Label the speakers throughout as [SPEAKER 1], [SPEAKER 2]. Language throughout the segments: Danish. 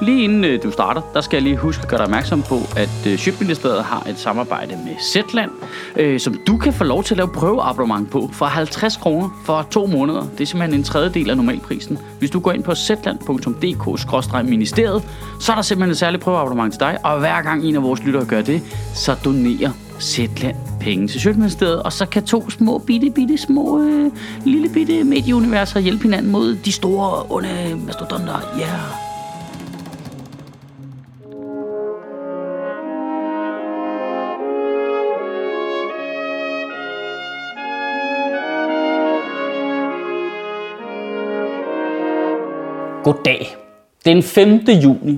[SPEAKER 1] lige inden du starter, der skal jeg lige huske at gøre dig opmærksom på, at Sjøtministeriet har et samarbejde med Zetland, som du kan få lov til at lave prøveabonnement på for 50 kroner for 2 måneder. Det er simpelthen en tredjedel af normalprisen. Hvis du går ind på zetland.dk/ministeriet, så er der simpelthen et særligt prøveabonnement til dig, og hver gang en af vores lyttere gør det, så donerer Zetland penge til Sjøtministeriet, og så kan 2 små små lille bitte medieuniverser hjælpe hinanden mod de store onde mastodonter. Ja. Yeah. Goddag. Den 5. juni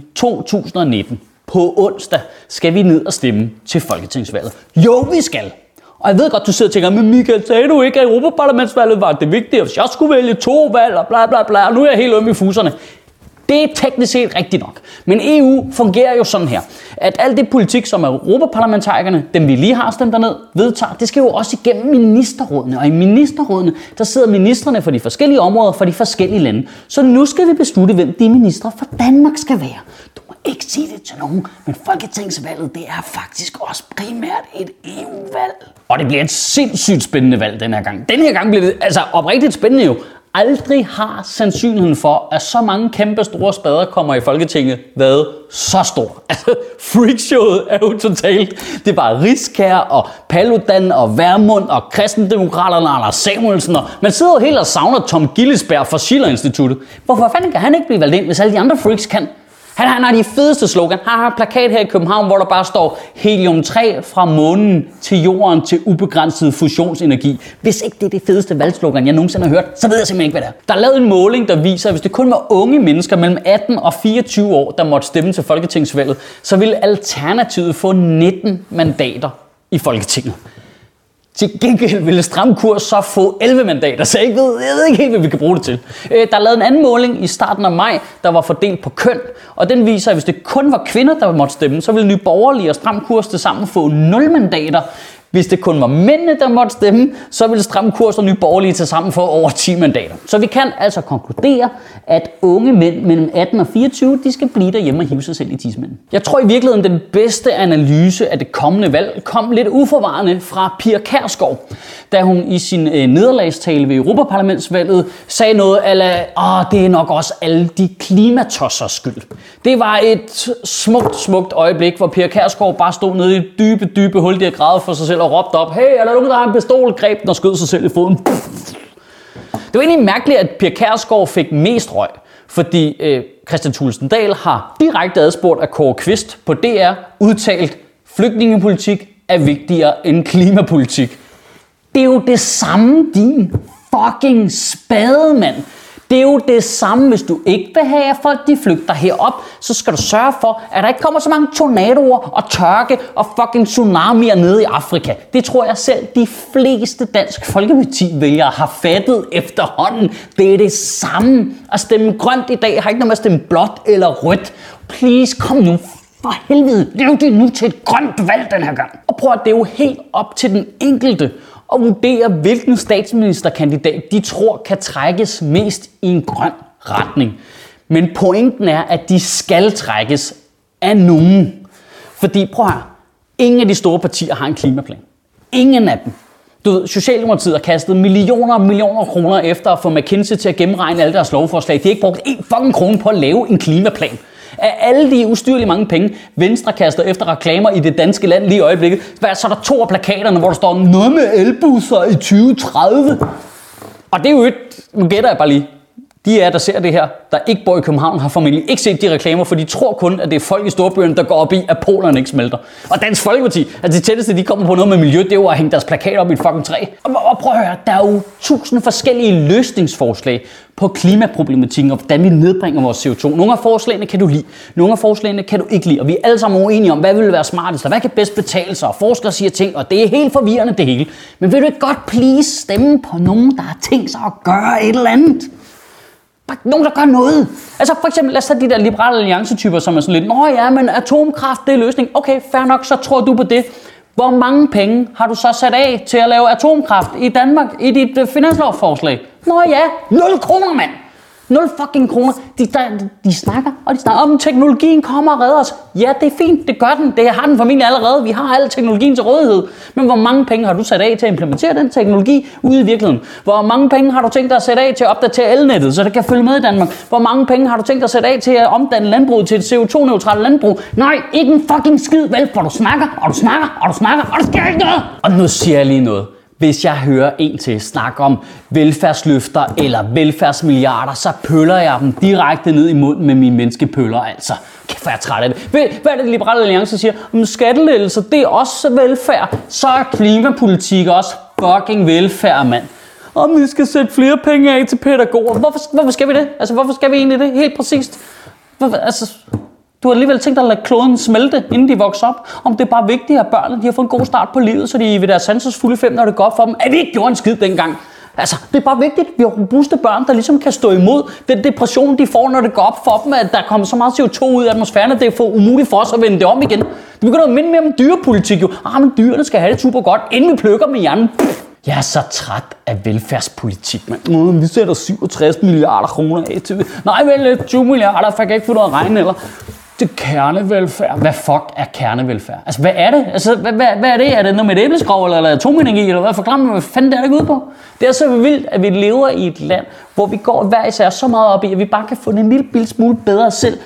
[SPEAKER 1] 2019 på onsdag skal vi ned og stemme til folketingsvalget. Jo, vi skal. Og jeg ved godt, du sidder og tænker, men Michael, sagde du ikke, at Europaparlamentsvalget var det vigtige, hvis jeg skulle vælge 2 valg og bla bla bla, og nu er jeg helt øm i fuserne. Det er teknisk set rigtigt nok. Men EU fungerer jo sådan her, at alt det politik, som Europaparlamentarikerne, dem vi lige har stemt derned, vedtager, det skal jo også igennem ministerrådene. Og i ministerrådene, der sidder ministrene for de forskellige områder for de forskellige lande. Så nu skal vi beslutte, hvem de ministre for Danmark skal være. Du må ikke sige det til nogen, men folketingsvalget, det er faktisk også primært et EU-valg. Og det bliver et sindssygt spændende valg den her gang. Den her gang bliver det altså oprigtigt spændende jo. Aldrig har sandsynligheden for, at så mange kæmpe store spader kommer i Folketinget været så stor. Altså, freakshowet er jo totalt. Det er bare Riskær og Paludan og Vermund og Kristendemokraterne og Anders Samuelsen. Og man sidder jo helt og savner Tom Gillesberg fra Schiller Instituttet. Hvorfor fanden kan han ikke blive valgt ind, hvis alle de andre freaks kan? Han har de fedeste slogan. Han har en plakat her i København, hvor der bare står helium-3 fra månen til jorden til ubegrænset fusionsenergi. Hvis ikke det er det fedeste valgslogan, jeg nogensinde har hørt, så ved jeg simpelthen ikke, hvad det er. Der er lavet en måling, der viser, at hvis det kun var unge mennesker mellem 18 og 24 år, der måtte stemme til folketingsvalget, så ville Alternativet få 19 mandater i Folketinget. Til gengæld ville Stram Kurs så få 11 mandater, så jeg ved ikke helt, hvad vi kan bruge det til. Der er lavet en anden måling i starten af maj, der var fordelt på køn, og den viser, at hvis det kun var kvinder, der måtte stemme, så ville Nye Borgerlige og Stram Kurs tilsammen få 0 mandater. Hvis det kun var mændene, der måtte stemme, så ville Stram Kurs og Nye Borgerlige tilsammen få over 10 mandater. Så vi kan altså konkludere, at unge mænd mellem 18 og 24, de skal blive derhjemme og hive sig selv i tidsmænden. Jeg tror i virkeligheden, den bedste analyse af det kommende valg kom lidt uforvarende fra Pia Kjærsgaard, da hun i sin nederlagstale ved Europaparlamentsvalget sagde noget ala, det er nok også alle de klimatossers skyld. Det var et smukt øjeblik, hvor Pia Kjærsgaard bare stod nede i dybe hul, der græd for sig selv og råbte op, hey, er der nogen, der har en pistol, greb den og skød sig selv i foden. Det var egentlig mærkeligt, at Pia Kjærsgaard fik mest røg, fordi Kristian Thulesen Dahl har direkte adspurgt af Kåre Kvist på DR udtalt, flygtningepolitik er vigtigere end klimapolitik. Det er jo det samme, din fucking spademand. Det er jo det samme, hvis du ikke vil have, at folk de flygter herop, så skal du sørge for, at der ikke kommer så mange tornadoer og tørke og fucking tsunamier nede i Afrika. Det tror jeg selv, de fleste Dansk Folkeparti-vælgere har fattet efterhånden. Det er det samme. At stemme grønt i dag har ikke noget med at stemme blåt eller rødt. Please, kom nu. For helvede, lav det nu til et grønt valg den her gang. Og prøv at det er jo helt op til den enkelte og vurdere, hvilken statsministerkandidat de tror kan trækkes mest i en grøn retning. Men pointen er, at de skal trækkes af nogen. Fordi prøv her, ingen af de store partier har en klimaplan. Ingen af dem. Du ved, Socialdemokratiet har kastet millioner kroner efter at få McKinsey til at gennemregne alle deres lovforslag. De har ikke brugt en fucking krone på at lave en klimaplan. Af alle de ustyrlige mange penge, Venstre kaster efter reklamer i det danske land lige i øjeblikket, så er der 2 af plakaterne, hvor der står noget med elbusser i 2030. Og det er jo nu gætter jeg bare lige, de der ser det her, der ikke bor i København, har formentlig ikke set de reklamer, for de tror kun, at det er folk i storbyerne, der går op i, at polerne ikke smelter. Og Dansk Folkeparti, altså det tætteste, de kommer på noget med miljø, det er jo at hænge deres plakater op i et fucking træ. Og prøv at høre, der er jo 1000 forskellige løsningsforslag på klimaproblematikken, og hvordan vi nedbringer vores CO2. Nogle af forslagene kan du lide, nogle af forslagene kan du ikke lide, og vi er alle sammen uenige om, hvad vil være smartest, og hvad kan bedst betale sig, og forskere siger ting, og det er helt forvirrende det hele. Men vil du ikke godt please stemme på nogen, der har tænkt sig at gøre et eller andet? Nogen, der gør noget. Altså for eksempel, lad os tage de der liberale alliancetyper, som er sådan lidt, men atomkraft, det er løsning. Okay, fair nok, så tror du på det. Hvor mange penge har du så sat af til at lave atomkraft i Danmark i dit finanslovsforslag? 0 kroner, mand. 0 fucking kroner. De snakker om, teknologien kommer og redder os. Ja, det er fint, det gør den. Det har den formentlig allerede. Vi har al teknologien til rådighed. Men hvor mange penge har du sat af til at implementere den teknologi ude i virkeligheden? Hvor mange penge har du tænkt dig at sætte af til at opdatere elnettet, så det kan følge med i Danmark? Hvor mange penge har du tænkt dig at sætte af til at omdanne landbruget til et CO2-neutralt landbrug? Nej, ikke en fucking skid, vel? For du snakker, og du sker ikke noget. Og nu siger jeg lige noget. Hvis jeg hører en til snakke om velfærdsløfter eller velfærdsmilliarder, så pøller jeg dem direkte ned i munden med mine menneskepøller, altså. Kæft, hvor jeg er træt af det. Hvad er det, Liberale Alliance siger? Skattelettelser, det er også velfærd. Så er klimapolitik også fucking velfærd, mand. Om vi skal sætte flere penge af til pædagoger. Hvorfor skal vi det? Altså, hvorfor skal vi egentlig det? Helt præcist. Du har alligevel tænkt dig at lade kloden smelte, inden de vokser op. Om det er bare vigtigt, at børnene de har fået en god start på livet, så de er ved deres sansers fulde 5, når det går op for dem. At vi ikke gjorde en skid dengang. Altså, det er bare vigtigt. Vi har robuste børn, der ligesom kan stå imod den depression, de får, når det går op for dem, at der kommer så meget CO2 ud i atmosfæren, at det er for umuligt for os at vende det om igen. Det begynder at minde mere om dyrepolitik jo. Men dyrene skal have det super godt, inden vi plukker med hjernen. Jeg er så træt af velfærdspolitik, mand. Vi sætter 67 milliarder kroner af til. Nej, vel, 20 milliarder, for jeg kan ikke få noget at regne, eller... Det er kernevelfærd. Hvad fuck er kernevelfærd? Altså, hvad er det? Altså, hvad er det? Er det noget med et æbleskrog, eller atomenergi, eller hvad? Forklar mig, hvad fanden det er, det går ud på? Det er så vildt, at vi lever i et land, hvor vi går hver især så meget op i, at vi bare kan få en lille smule bedre selv.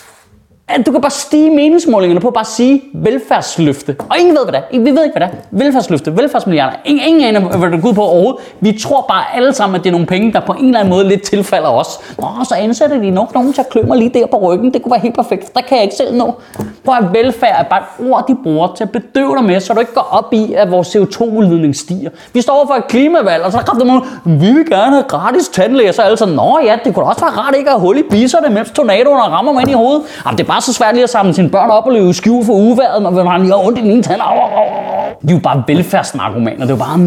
[SPEAKER 1] At du kan bare stige meningsmålingerne på at bare sige velfærdsløfte. Og ingen ved, hvad det er. Vi ved ikke, hvad det er. Velfærdsløfte, velfærdsmilliarder. Ingen aner, hvad det går ud på overhovedet. Vi tror bare alle sammen, at det er nogle penge, der på en eller anden måde lidt tilfalder os. Så ansætter de nok nogen til at klø mig lige der på ryggen. Det kunne være helt perfekt. Der kan jeg ikke selv nå. Prøv at velfærd er bare et ord, de bruger til at bedøve dig med, så du ikke går op i, at vores CO2-udledning stiger. Vi står over for et klimavalg, og så kræfter nogen, vi vil gerne have gratis tandlæger. Så alle sådan, det kunne da også være rart ikke at have hul i bisserne, mens tornadoerne rammer mig ind i hovedet. Jamen, det er bare så svært lige at samle sine børn op og løbe skjul for uvejret, når man lige har ondt i den ene tand. De er jo bare velfærdsnarkomaner. Det er jo bare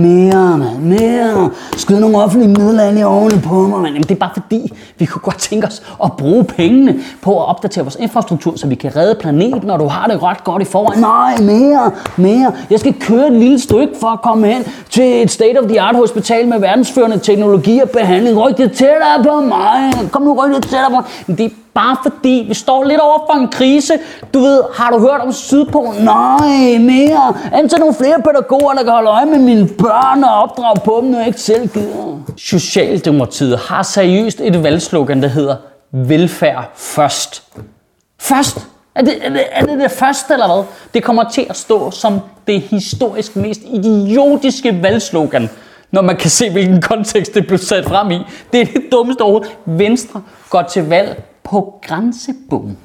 [SPEAKER 1] mere. Skyd nogle offentlige midler ind i årene på mig, man. Jamen, det er bare fordi, vi kunne godt tænke os at bruge pengene på at opdatere vores infrastruktur, så vi kan redde planeten, og du har det ret godt i forvejen. Nej, mere. Jeg skal køre et lille stykke for at komme hen til et state-of-the-art hospital med verdensførende teknologi og behandling. Ryk det tættere på mig. Kom nu, ryk det tættere på mig. Men det er bare fordi, vi står lidt over for en krise. Du ved, har du hørt om Sydpolen? Nej, mere. Ansæt nogle flere pædagoger, der kan holde øje med mine børn og opdrage på dem, når jeg ikke selv gider. Socialdemokratiet har seriøst et valgslogan, der hedder velfærd først. Først? Er det første, eller hvad? Det kommer til at stå som det historisk mest idiotiske valgslogan, når man kan se, hvilken kontekst det blev sat frem i. Det er det dummeste overhovedet. Venstre går til valg på grænsebom.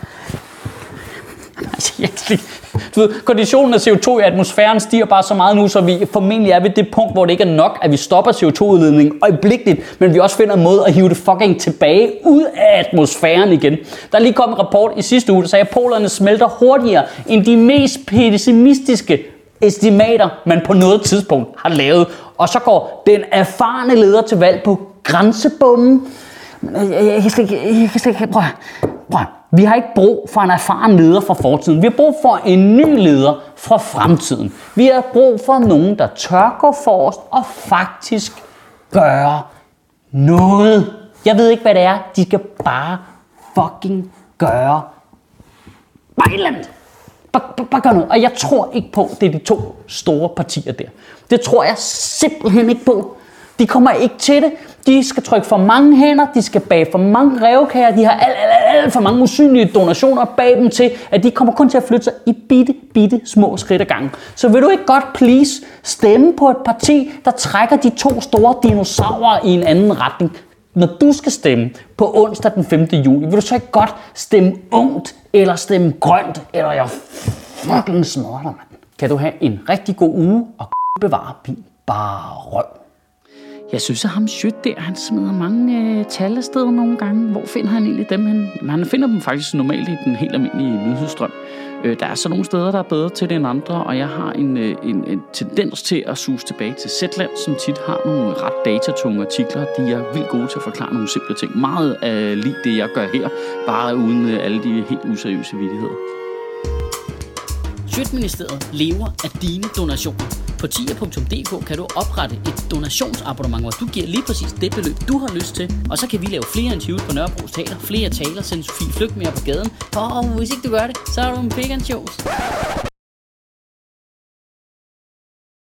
[SPEAKER 1] Du ved, konditionen af CO2 i atmosfæren stiger bare så meget nu, så vi formentlig er ved det punkt, hvor det ikke er nok, at vi stopper CO2-udledningen øjeblikkeligt, men vi også finder en måde at hive det fucking tilbage ud af atmosfæren igen. Der er lige kommet en rapport i sidste uge, der sagde, at polerne smelter hurtigere end de mest pessimistiske estimater, man på noget tidspunkt har lavet. Og så går den erfarne leder til valg på grænsebommen. Jeg kan slet ikke. Prøv. Vi har ikke brug for en erfaren leder fra fortiden. Vi har brug for en ny leder fra fremtiden. Vi har brug for nogen, der tør gå forrest og faktisk gøre noget. Jeg ved ikke, hvad det er. De skal bare fucking gøre. Bare et eller andet. Bare gør noget. Og jeg tror ikke på, det er de to store partier der. Det tror jeg simpelthen ikke på. De kommer ikke til det. De skal trykke for mange hænder. De skal bage for mange revkager. De har alt for mange usynlige donationer bag dem til, at de kommer kun til at flytte sig i bitte små skridt ad gangen. Så vil du ikke godt please stemme på et parti, der trækker de to store dinosaurer i en anden retning? Når du skal stemme på onsdag den 5. juni, vil du så ikke godt stemme ungt, eller stemme grønt, eller jeg fucking smadrer dig, mand. Kan du have en rigtig god uge, og bevare din bare røv. Jeg synes, at ham Schødt der, han smider mange tal afsted nogle gange. Hvor finder han egentlig dem hen? Han finder dem faktisk normalt i den helt almindelige nyhedsstrøm. Der er så nogle steder, der er bedre til det end andre, og jeg har en tendens til at suge tilbage til Zetland, som tit har nogle ret datatunge artikler. De er vildt gode til at forklare nogle simple ting. Meget lige det, jeg gør her, bare uden alle de helt useriøse vittigheder. Sjøtministeriet lever af dine donationer. På tier.dk kan du oprette et donationsabonnement, hvor du giver lige præcis det beløb, du har lyst til. Og så kan vi lave flere interviews på Nørrebros Teater, flere taler, sende Sofie Flygt mere på gaden. Og hvis ikke du gør det, så er du en vegan shows.